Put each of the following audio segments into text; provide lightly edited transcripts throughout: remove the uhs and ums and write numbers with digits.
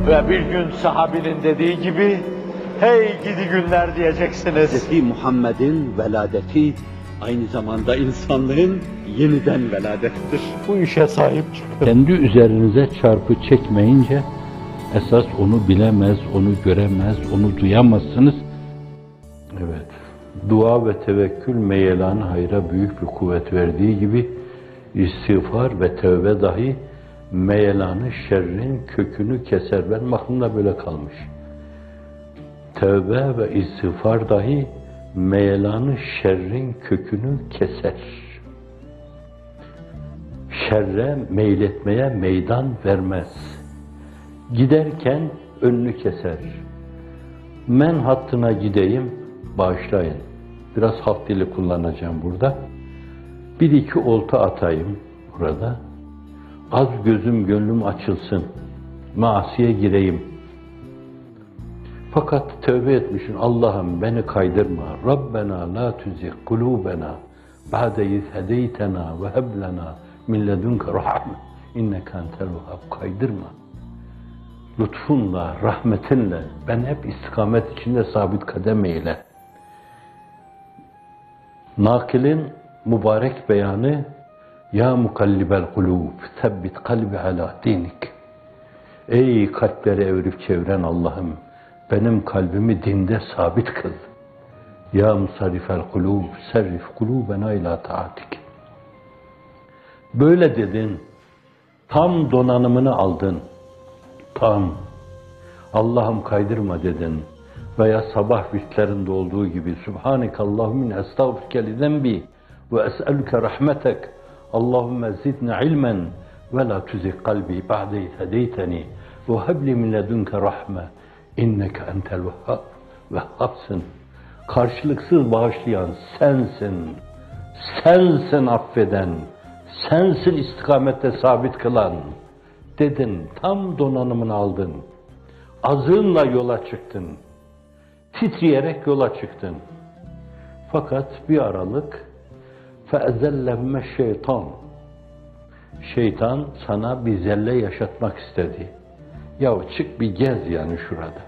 Ve bir gün sahabinin dediği gibi, hey gidi günler diyeceksiniz. Hz. Muhammed'in veladeti aynı zamanda insanlığın yeniden veladettir. Bu işe sahip çıkın. Kendi üzerinize çarpı çekmeyince, esas onu bilemez, onu göremez, onu duyamazsınız. Evet, dua ve tevekkül meyelanı hayra büyük bir kuvvet verdiği gibi, istiğfar ve tevbe dahi meyelanı şerrin kökünü keser. Benim aklımda böyle kalmış. Tevbe ve istiğfar dahi meyelanı şerrin kökünü keser. Şerre meyletmeye meydan vermez. Giderken önünü keser. Men hattına gideyim, bağışlayın. Biraz halk dili kullanacağım burada. Bir iki olta atayım burada. Az gözüm gönlüm açılsın. Maasiye gireyim. Fakat tövbe etmişsin. Allah'ım beni kaydırma. Rabbena la tuzigh kulubena ba'de iz hedeytena ve heb lena min ledunke rahme inneke entel vehhab. Kaydırma. Lütfunla, rahmetinle ben hep istikamet içinde sabit kadem eyle. Nakil'in mübarek beyanı ya mukallibel kulub sebbit kalbi ala dinik. Ey kalpleri evirip çeviren Allah'ım, benim kalbimi dinde sabit kıl. Ya musarrifel kulub serrif kulubena ila taatik. Böyle dedin, tam donanımını aldın. Tam. Allah'ım kaydırma dedin. Veya sabah vitlerinde olduğu gibi Subhanekallahümme estağfirke li zenbi ve es'eluke rahmetek. Allahümme zidni ilmen ve la tuzigh kalbi ba'de iz hedeyteni ve heb li min ledunke rahme inneke entel vehhab. Vehhabsın. Karşılıksız bağışlayan sensin. Sensin affeden. Sensin istikamette sabit kılan. Dedin, tam donanımını aldın. Azığınla yola çıktın. Titreyerek yola çıktın. Fakat bir aralık فَاَزَلَّهُمَ şeytan. Şeytan sana bir zelle yaşatmak istedi. Yahu çık bir gez yani şurada.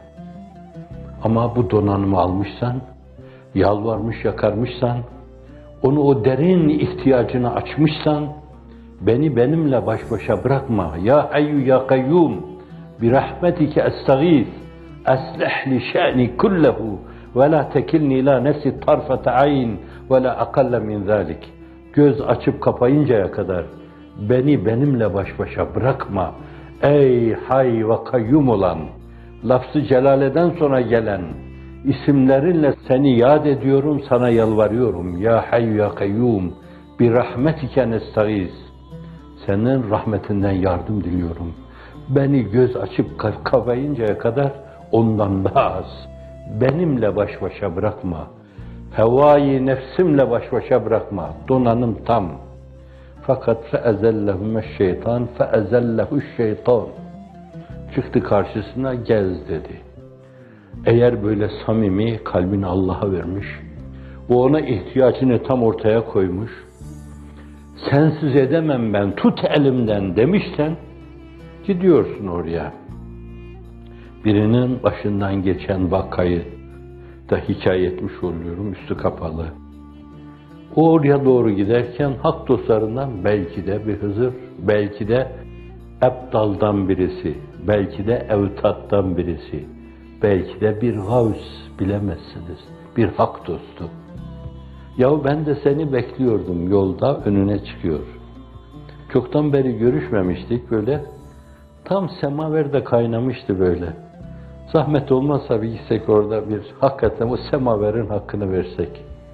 Ama bu donanımı almışsan, yalvarmış yakarmışsan, onu o derin ihtiyacını açmışsan, beni benimle baş başa bırakma. Ya hayyu ya kayyum bi rahmetike estağiz aslih li şa'ni kullehu ve la tekilni ila nefsi tarfete ayn ve la akalle min zalik. Göz açıp kapayıncaya kadar beni benimle baş başa bırakma. Ey hay ve kayyum olan, lafz-ı celaleden sonra gelen isimlerinle seni yad ediyorum, sana yalvarıyorum. Ya hayyu ya kayyum bi rahmetike nestağiz. Senin rahmetinden yardım diliyorum. Beni göz açıp kapayıncaya kadar ondan daha az. Benimle baş başa bırakma. Hevai nefsimle baş başa bırakma. Donanım tam. Fakat feezellehume şeytan, feezellehu şeytan. Çıktı karşısına gez dedi. Eğer böyle samimi kalbini Allah'a vermiş, o ona ihtiyacını tam ortaya koymuş, sensiz edemem ben, tut elimden demişsen, gidiyorsun oraya. Birinin başından geçen vakayı da hikaye etmiş oluyorum, üstü kapalı. O oraya doğru giderken hak dostlarından belki de bir Hızır, belki de Ebdal'dan birisi, belki de Evtat'tan birisi, belki de bir Gavs, bilemezsiniz, bir hak dostu. Yahu ben de seni bekliyordum yolda, önüne çıkıyor. Çoktan beri görüşmemiştik böyle. Tam semaverde kaynamıştı böyle. Zahmet olmazsa bir gitsek orada bir, hakikaten o semaverin hakkını versek.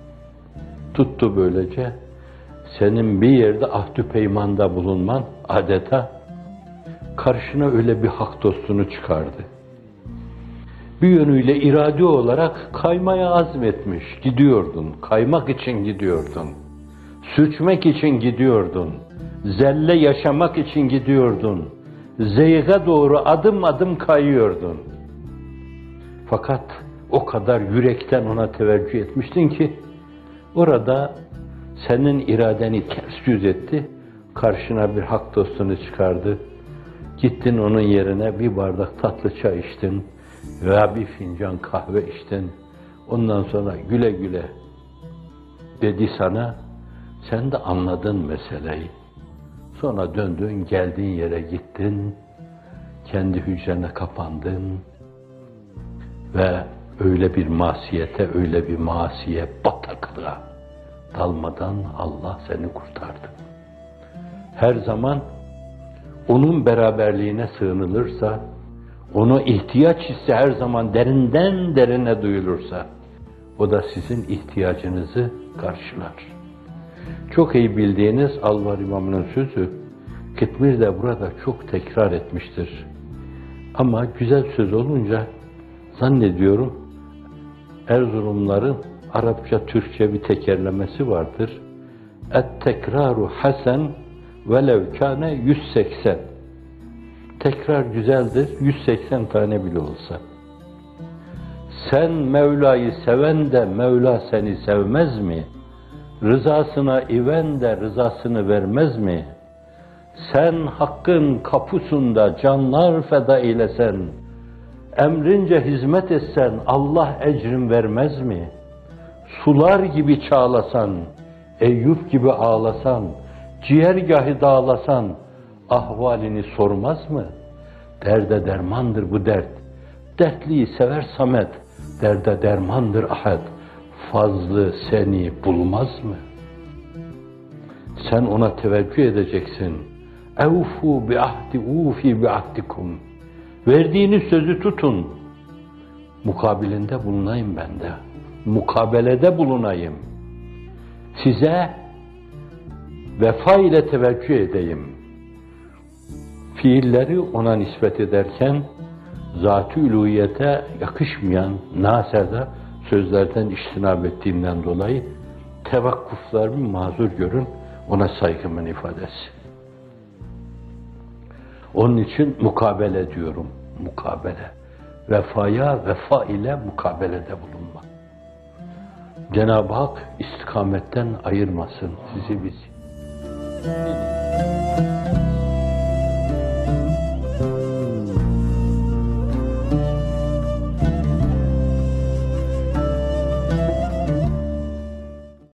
Tuttu böylece. Senin bir yerde ahdü peymanda bulunman adeta karşına öyle bir hak dostunu çıkardı. Bir yönüyle iradi olarak kaymaya azmetmiş, gidiyordun. Kaymak için gidiyordun. Sürçmek için gidiyordun. Zelle yaşamak için gidiyordun. Zeyge doğru adım adım kayıyordun. Fakat o kadar yürekten ona teveccüh etmiştin ki, orada senin iradeni ters yüz etti, karşına bir hak dostunu çıkardı. Gittin onun yerine bir bardak tatlı çay içtin veya bir fincan kahve içtin. Ondan sonra güle güle dedi sana, sen de anladın meseleyi. Sonra döndün, geldiğin yere gittin, kendi hücrene kapandın ve öyle bir masiyete, öyle bir masiye, bataklığa dalmadan Allah seni kurtardı. Her zaman onun beraberliğine sığınılırsa, ona ihtiyaç hissi her zaman derinden derine duyulursa, o da sizin ihtiyacınızı karşılar. Çok iyi bildiğiniz Alvar İmamı'nın sözü, Kıtmir de burada çok tekrar etmiştir. Ama güzel söz olunca zannediyorum Erzurumların Arapça, Türkçe bir tekerlemesi vardır. Et-tekraru hasen velev kâne 180. Tekrar güzeldir, 180 tane bile olsa. Sen Mevla'yı seven de Mevla seni sevmez mi? Rızasına iven de rızasını vermez mi? Sen Hakk'ın kapusunda canlar feda eylesen, emrince hizmet etsen Allah ecrin vermez mi? Sular gibi çağlasan, Eyüp gibi ağlasan, ciğergahı dağlasan, ahvalini sormaz mı? Derde dermandır bu dert. Dertliyi sever Samet, derde dermandır ahad. Fazlı seni bulmaz mı? Sen ona teveccüh edeceksin. Evfu bi ahdi ufi bi ahdikum. Verdiğiniz sözü tutun. Mukabilinde bulunayım ben de. Mukabelede bulunayım. Size vefa ile teveccüh edeyim. Fiilleri ona nispet ederken zat-ı uluhiyete yakışmayan naseda sözlerden iştinab ettiğimden dolayı tevakkuflarımı mazur görün, ona saygımın ifadesi. Onun için mukabele diyorum, mukabele. Vefaya vefa ile mukabelede bulunma. Cenab-ı Hak istikametten ayırmasın sizi bizi.